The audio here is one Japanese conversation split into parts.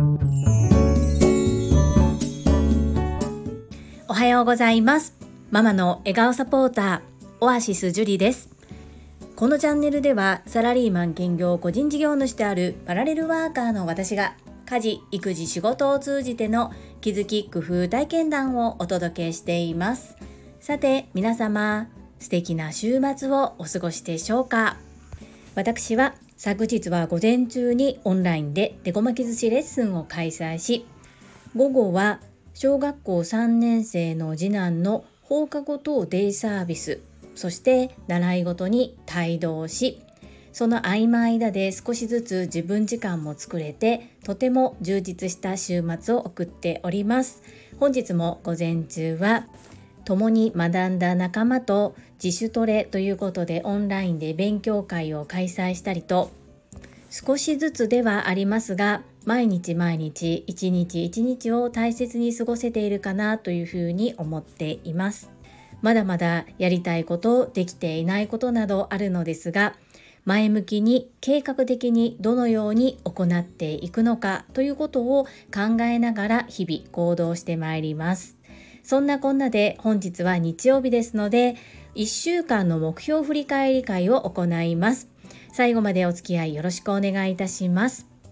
おはようございます。ママの笑顔サポーターオアシスジュリです。このチャンネルではサラリーマン兼業個人事業主であるパラレルワーカーの私が家事・育児・仕事を通じての気づき・工夫・体験談をお届けしています。さて皆様、素敵な週末をお過ごしでしょうか。私は昨日は午前中にオンラインでデコ巻き寿司レッスンを開催し、午後は小学校3年生の次男の放課後等デイサービス、そして習い事に帯同し、その合間間で少しずつ自分時間も作れて、とても充実した週末を送っております。本日も午前中は共に学んだ仲間と自主トレということでオンラインで勉強会を開催したりと、少しずつではありますが毎日一日一日を大切に過ごせているかなというふうに思っています。まだまだやりたいこと、できていないことなどあるのですが、前向きに計画的にどのように行っていくのかということを考えながら日々行動してまいります。そんなこんなで本日は日曜日ですので、1週間の目標振り返り会を行います。最後までお付き合いよろしくお願いいたします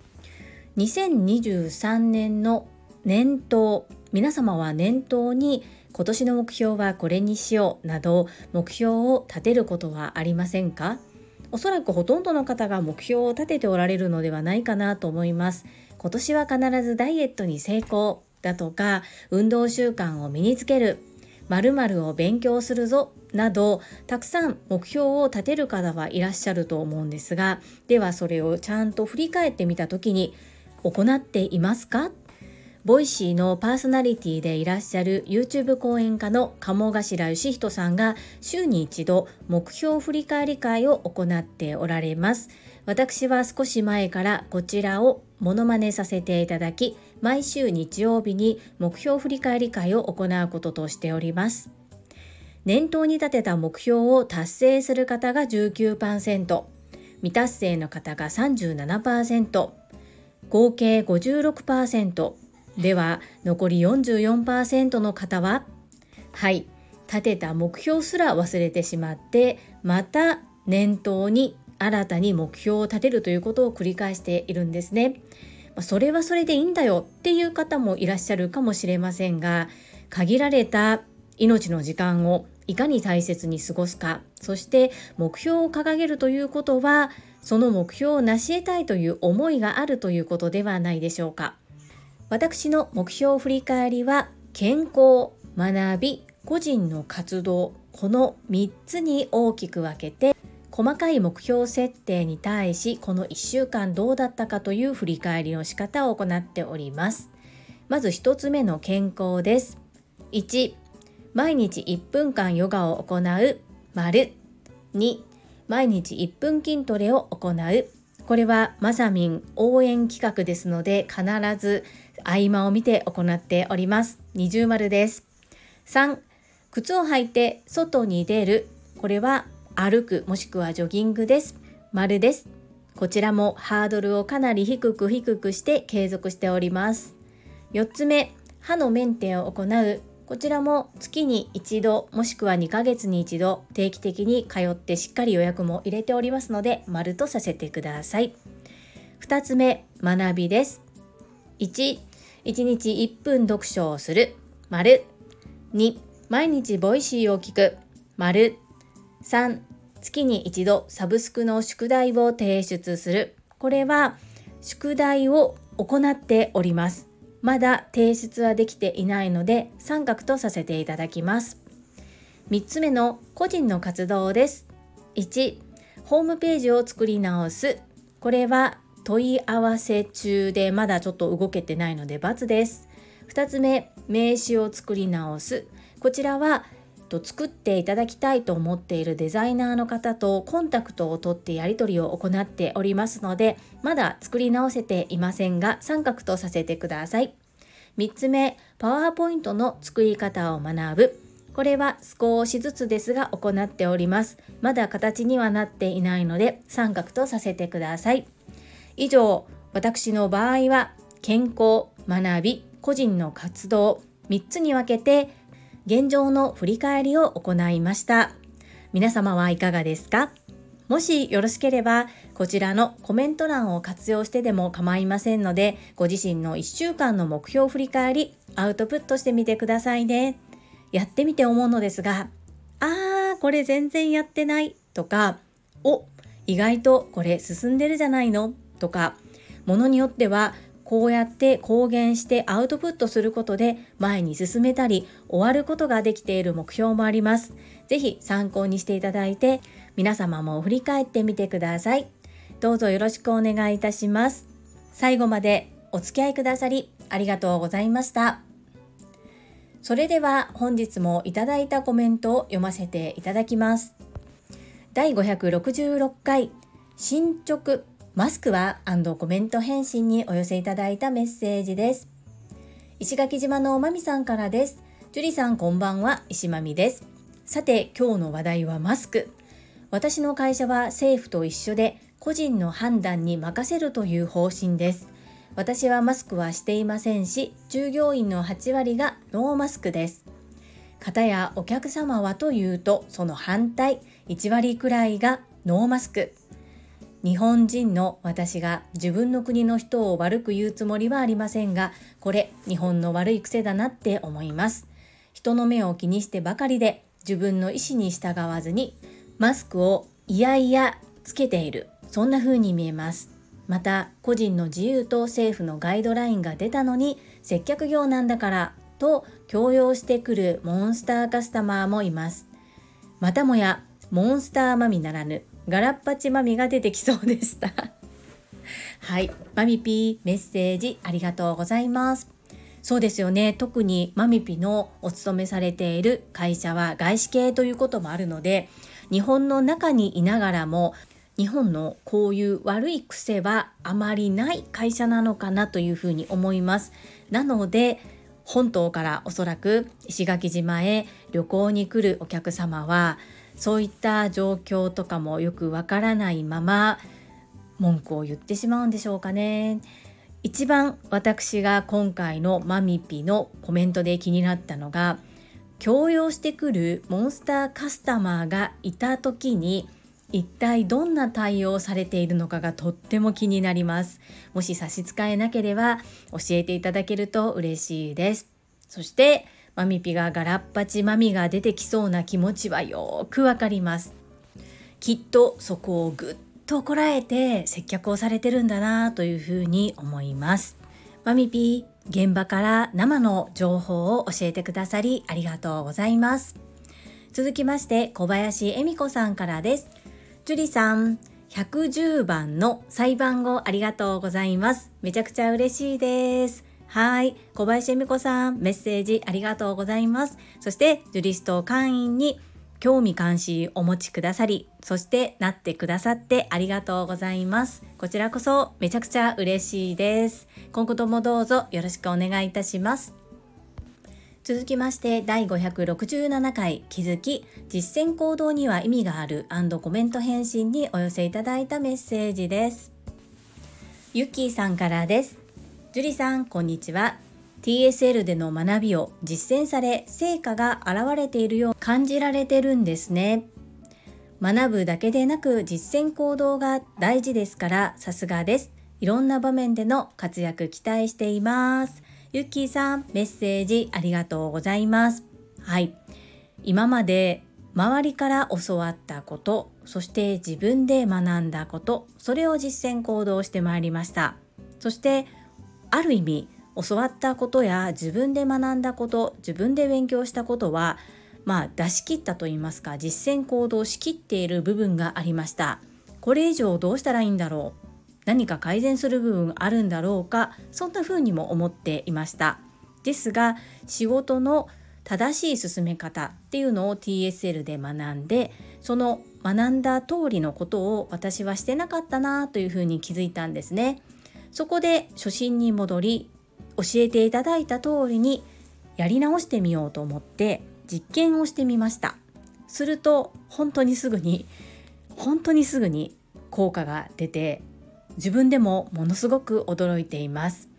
。2023年の年頭、皆様は年頭に今年の目標はこれにしようなど目標を立てることはありませんか？おそらくほとんどの方が目標を立てておられるのではないかなと思います。今年は必ずダイエットに成功だとか、運動習慣を身につける、〇〇を勉強するぞなど、たくさん目標を立てる方はいらっしゃると思うんですが、ではそれをちゃんと振り返ってみたときに行っていますか？ボイシーのパーソナリティでいらっしゃる YouTube 講演家の鴨頭義人さんが週に一度目標振り返り会を行っておられます。私は少し前からこちらをモノマネさせていただき、毎週日曜日に目標振り返り会を行うこととしております。年頭に立てた目標を達成する方が 19%、未達成の方が 37%、合計 56%、では残り 44% の方は、立てた目標すら忘れてしまって、また年頭に新たに目標を立てるということを繰り返しているんですね。それはそれでいいんだよっていう方もいらっしゃるかもしれませんが、限られた命の時間をいかに大切に過ごすか、そして目標を掲げるということは、その目標を成し得たいという思いがあるということではないでしょうか。私の目標振り返りは、健康、学び、個人の活動、この3つに大きく分けて、細かい目標設定に対しこの1週間どうだったかという振り返りの仕方を行っております。まず1つ目の健康です。1、毎日1分間ヨガを行う○。2、毎日1分筋トレを行う。これはまさみん応援企画ですので、必ず合間を見て行っております。◎です。3、靴を履いて外に出る。これは歩くもしくはジョギングです。○です。こちらもハードルをかなり低くして継続しております。4つ目、歯のメンテを行う。こちらも月に一度もしくは2ヶ月に一度定期的に通ってしっかり予約も入れておりますので、○とさせてください。2つ目、学びです。1、1日1分読書をする。○。2、毎日ボイシーを聞く。○。3、月に一度サブスクの宿題を提出する。これは宿題を行っております。まだ提出はできていないので△とさせていただきます。3つ目の個人の活動です。1、ホームページを作り直す。これは問い合わせ中でまだちょっと動けてないので×です。2つ目、名刺を作り直す。こちらは作っていただきたいと思っているデザイナーの方とコンタクトを取ってやり取りを行っておりますので、まだ作り直せていませんが△とさせてください。3つ目、パワーポイントの作り方を学ぶ。これは少しずつですが行っております。まだ形にはなっていないので△とさせてください。以上、私の場合は健康、学び、個人の活動、3つに分けて現状の振り返りを行いました。皆様はいかがですか？もしよろしければこちらのコメント欄を活用してでも構いませんので、ご自身の1週間の目標振り返りアウトプットしてみてくださいね。やってみて思うのですが、これ全然やってないとか、意外とこれ進んでるじゃないのとか、ものによってはこうやって公言してアウトプットすることで前に進めたり終わることができている目標もあります。ぜひ参考にしていただいて、皆様も振り返ってみてください。どうぞよろしくお願いいたします。最後までお付き合いくださりありがとうございました。それでは本日もいただいたコメントを読ませていただきます。第566回進捗マスクは&コメント返信にお寄せいただいたメッセージです。石垣島のまみさんからです。ジュリさんこんばんは、石まみです。さて今日の話題はマスク。私の会社は政府と一緒で個人の判断に任せるという方針です。私はマスクはしていませんし、従業員の8割がノーマスクです。方やお客様はというと、その反対、1割くらいがノーマスク。日本人の私が自分の国の人を悪く言うつもりはありませんが、これ日本の悪い癖だなって思います。人の目を気にしてばかりで自分の意思に従わずにマスクをいやいやつけている、そんな風に見えます。また個人の自由と政府のガイドラインが出たのに接客業なんだからと強要してくるモンスターカスタマーもいます。またもやモンスターマミならぬガラッパチマミが出てきそうでしたはい、マミピーメッセージありがとうございます。そうですよね。特にマミピのお勤めされている会社は外資系ということもあるので、日本の中にいながらも日本のこういう悪い癖はあまりない会社なのかなというふうに思います。なので本島からおそらく石垣島へ旅行に来るお客様はそういった状況とかもよくわからないまま文句を言ってしまうんでしょうかね。一番私が今回のマミピのコメントで気になったのが、強要してくるモンスターカスタマーがいた時に一体どんな対応をされているのかがとっても気になります。もし差し支えなければ教えていただけると嬉しいです。そしてマミピがガラッパチマミが出てきそうな気持ちはよくわかります。きっとそこをぐっとこらえて接客をされてるんだなというふうに思います。マミピ、現場から生の情報を教えてくださりありがとうございます。続きまして小林恵美子さんからです。ジュリさん、110番の裁判後ありがとうございます。めちゃくちゃ嬉しいです。はい、小林恵美子さん、メッセージありがとうございます。そしてジュリスト会員に興味関心お持ちくださり、そしてなってくださってありがとうございます。こちらこそめちゃくちゃ嬉しいです。今後ともどうぞよろしくお願いいたします。続きまして第567回気づき実践行動には意味がある&コメント返信にお寄せいただいたメッセージです。ゆっきーさんからです。ジュリさんこんにちは。 TSL での学びを実践され成果が現れているよう感じられてるんですね。学ぶだけでなく実践行動が大事ですから、さすがです。いろんな場面での活躍期待しています。ゆっきーさん、メッセージありがとうございます。はい、今まで周りから教わったこと、そして自分で学んだこと、それを実践行動してまいりました。そしてある意味教わったことや自分で学んだこと、自分で勉強したことは出し切ったといいますか、実践行動しきっている部分がありました。これ以上どうしたらいいんだろう、何か改善する部分あるんだろうか、そんな風にも思っていました。ですが仕事の正しい進め方っていうのを TSL で学んで、その学んだ通りのことを私はしてなかったなという風に気づいたんですね。そこで初心に戻り、教えていただいた通りにやり直してみようと思って実験をしてみました。すると本当にすぐに効果が出て、自分でもものすごく驚いています。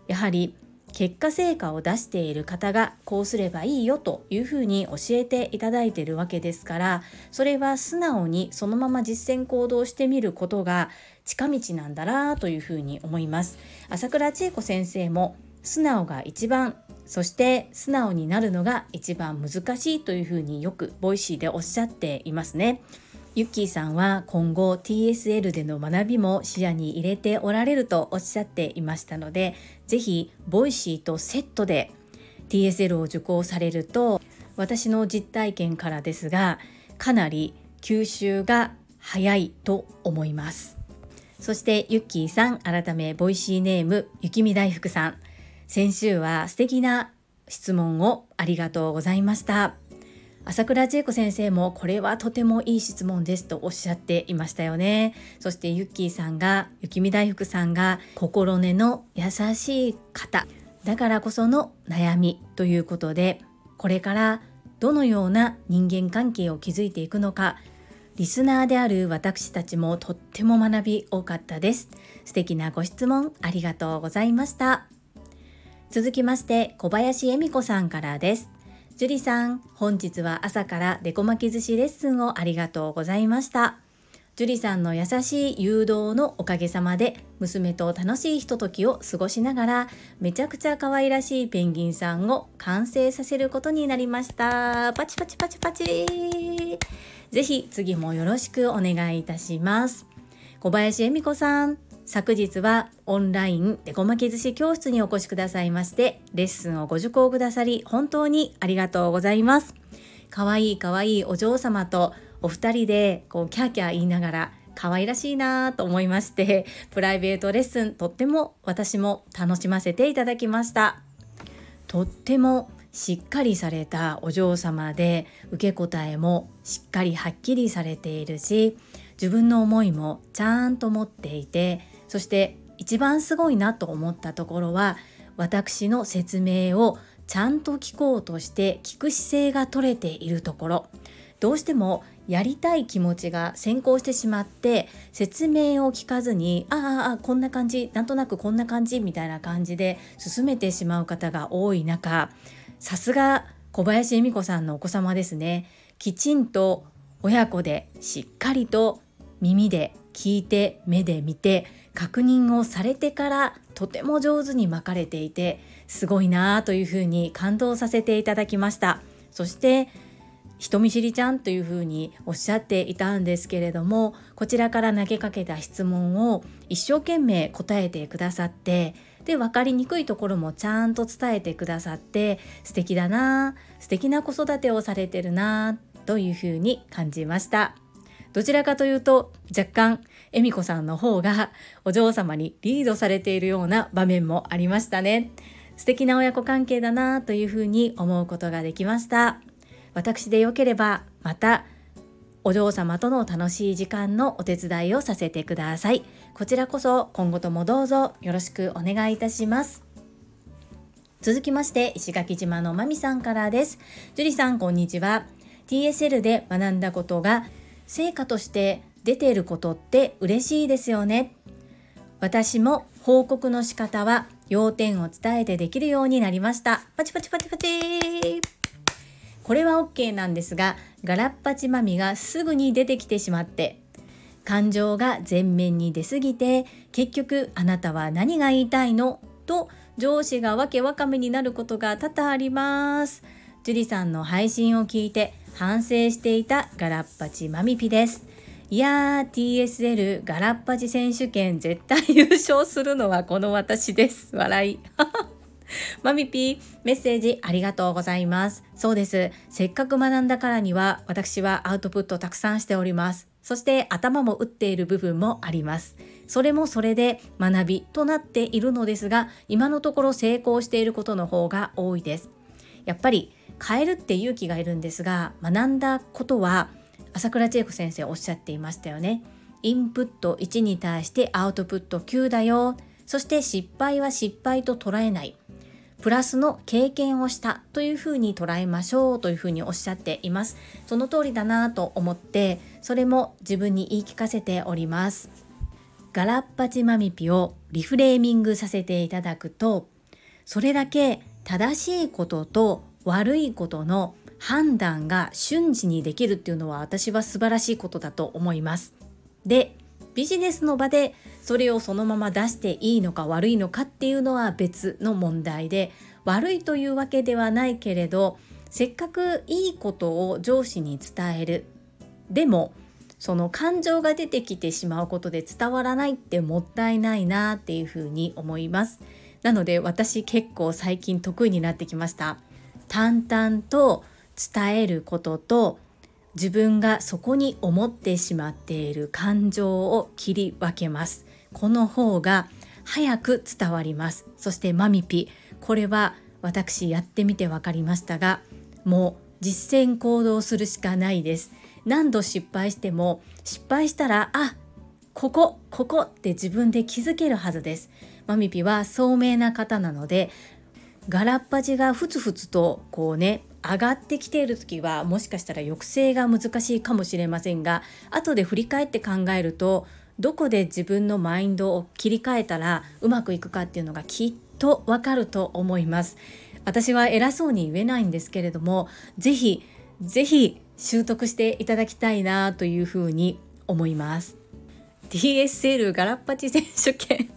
やはり結果成果を出している方がこうすればいいよというふうに教えていただいているわけですから、それは素直にそのまま実践行動してみることが近道なんだなというふうに思います。朝倉千恵子先生も素直が一番、そして素直になるのが一番難しいというふうによくボイシーでおっしゃっていますね。ユッキーさんは今後 TSL での学びも視野に入れておられるとおっしゃっていましたので、ぜひボイシーとセットで TSL を受講されると、私の実体験からですがかなり吸収が早いと思います。そしてユッキーさん、改めボイシーネーム雪見大福さん、先週は素敵な質問をありがとうございました。朝倉千恵子先生もこれはとてもいい質問ですとおっしゃっていましたよね。そしてユッキーさんが、雪見大福さんが心根の優しい方だからこその悩みということで、これからどのような人間関係を築いていくのか、リスナーである私たちもとっても学び多かったです。素敵なご質問ありがとうございました。続きまして小林恵美子さんからです。ジュリさん、本日は朝からデコ巻き寿司レッスンをありがとうございました。ジュリさんの優しい誘導のおかげさまで娘と楽しいひとときを過ごしながら、めちゃくちゃ可愛らしいペンギンさんを完成させることになりました。パチパチパチパチ。ぜひ次もよろしくお願いいたします。小林恵美子さん、昨日はオンラインデコ巻き寿司教室にお越しくださいまして、レッスンをご受講くださり本当にありがとうございます。かわいいお嬢様とお二人でキャーキャー言いながら可愛らしいなと思いまして、プライベートレッスンとっても私も楽しませていただきました。とってもしっかりされたお嬢様で、受け答えもしっかりはっきりされているし、自分の思いもちゃんと持っていて、そして一番すごいなと思ったところは、私の説明をちゃんと聞こうとして聞く姿勢が取れているところ、どうしてもやりたい気持ちが先行してしまって、説明を聞かずにこんな感じ、なんとなくこんな感じみたいな感じで進めてしまう方が多い中、さすが小林恵美子さんのお子様ですね。きちんと親子でしっかりと耳で聞いて目で見て確認をされてからとても上手に巻かれていて、すごいなというふうに感動させていただきました。そして人見知りちゃんというふうにおっしゃっていたんですけれども、こちらから投げかけた質問を一生懸命答えてくださって、で分かりにくいところもちゃんと伝えてくださって、素敵だな、素敵な子育てをされてるなというふうに感じました。どちらかというと若干恵美子さんの方がお嬢様にリードされているような場面もありましたね。素敵な親子関係だなというふうに思うことができました。私でよければまたお嬢様との楽しい時間のお手伝いをさせてください。こちらこそ今後ともどうぞよろしくお願いいたします。続きまして石垣島のまみさんからです。ジュリさん、こんにちは。 TSL で学んだことが成果として出ていることって嬉しいですよね。私も報告の仕方は要点を伝えてできるようになりました。パチパチパチパチ。これは OK なんですが、ガラッパチマミがすぐに出てきてしまって、感情が前面に出すぎて、結局あなたは何が言いたいのと上司がわけわかめになることが多々あります。ジュリさんの配信を聞いて反省していたガラッパチマミピです。いやー、 TSL ガラッパチ選手権絶対優勝するのはこの私です。笑いマミピー、メッセージありがとうございます。そうです。せっかく学んだからには私はアウトプットたくさんしております。そして頭も打っている部分もあります。それもそれで学びとなっているのですが、今のところ成功していることの方が多いです。やっぱり変えるって勇気がいるんですが、学んだことは朝倉千恵子先生おっしゃっていましたよね。インプット1に対してアウトプット9だよ。そして失敗は失敗と捉えない。プラスの経験をしたというふうに捉えましょうというふうにおっしゃっています。その通りだなと思って、それも自分に言い聞かせております。ガラッパチマミピをリフレーミングさせていただくと、 それだけ正しいことと悪いことの判断が瞬時にできるっていうのは、私は素晴らしいことだと思います。で、ビジネスの場でそれをそのまま出していいのか悪いのかっていうのは別の問題で、悪いというわけではないけれど、せっかくいいことを上司に伝える。でもその感情が出てきてしまうことで伝わらないってもったいないなっていうふうに思います。なので私結構最近得意になってきました。淡々と伝えることと、自分がそこに思ってしまっている感情を切り分けます。この方が早く伝わります。そしてマミピ、これは私やってみて分かりましたが、もう実践行動するしかないです。何度失敗しても、失敗したらここって自分で気づけるはずです。マミピは聡明な方なので、ガラッパジがふつふつと上がってきている時はもしかしたら抑制が難しいかもしれませんが、後で振り返って考えると、どこで自分のマインドを切り替えたらうまくいくかっていうのがきっとわかると思います。私は偉そうに言えないんですけれども、ぜひ習得していただきたいなというふうに思います。 DSL ガラッパチ選手権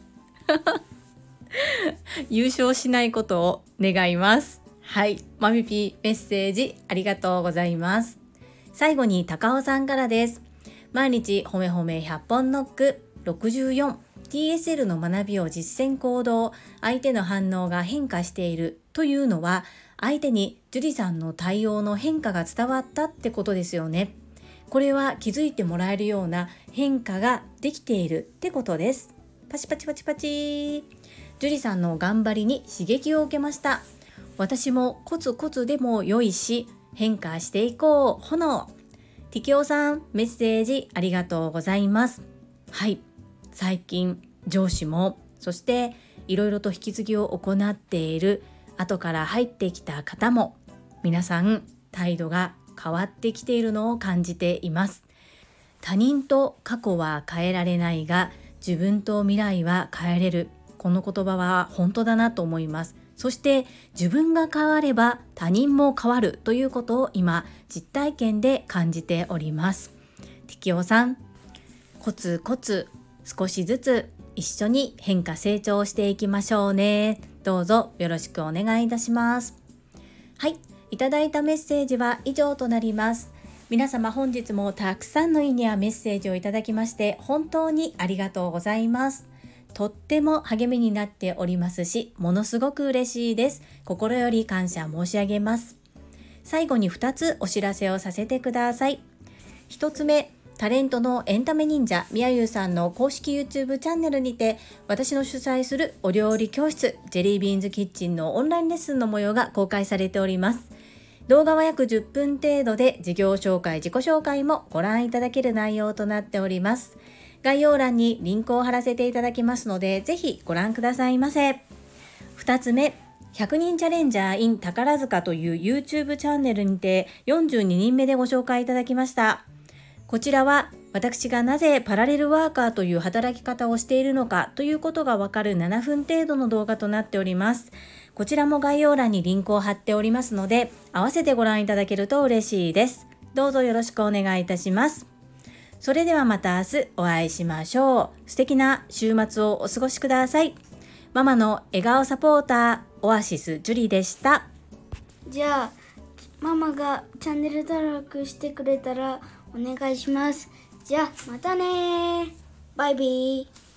優勝しないことを願います。はい、マミピメッセージありがとうございます。最後に高尾さんからです。毎日ほめほめ100本ノック64、 TSL の学びを実践行動、相手の反応が変化しているというのは、相手に樹里さんの対応の変化が伝わったってことですよね。これは気づいてもらえるような変化ができているってことです。パチパチパチパチ。樹里さんの頑張りに刺激を受けました。私もコツコツでも良いし、変化していこう炎。ティキオさん、メッセージありがとうございます。はい、最近上司も、そしていろいろと引き継ぎを行っている後から入ってきた方も、皆さん態度が変わってきているのを感じています。他人と過去は変えられないが、自分と未来は変えれる。この言葉は本当だなと思います。そして自分が変われば他人も変わるということを今実体験で感じております。ティキオさん、コツコツ少しずつ一緒に変化成長していきましょうね。どうぞよろしくお願いいたします。はい、いただいたメッセージは以上となります。皆様本日もたくさんのいいねやメッセージをいただきまして本当にありがとうございます。とっても励みになっておりますし、ものすごく嬉しいです。心より感謝申し上げます。最後に2つお知らせをさせてください。1つ目、タレントのエンタメ忍者みやゆうさんの公式 YouTube チャンネルにて、私の主催するお料理教室ジェリービーンズキッチンのオンラインレッスンの模様が公開されております。動画は約10分程度で、事業紹介、自己紹介もご覧いただける内容となっております。概要欄にリンクを貼らせていただきますので、ぜひご覧くださいませ。2つ目、100人チャレンジャー in 宝塚という YouTube チャンネルにて42人目でご紹介いただきました。こちらは私がなぜパラレルワーカーという働き方をしているのかということがわかる7分程度の動画となっております。こちらも概要欄にリンクを貼っておりますので、合わせてご覧いただけると嬉しいです。どうぞよろしくお願いいたします。それではまた明日お会いしましょう。素敵な週末をお過ごしください。ママの笑顔サポーター、オアシスジュリでした。 じゃあママがチャンネル登録してくれたらお願いします。じゃあまたね。バイビー。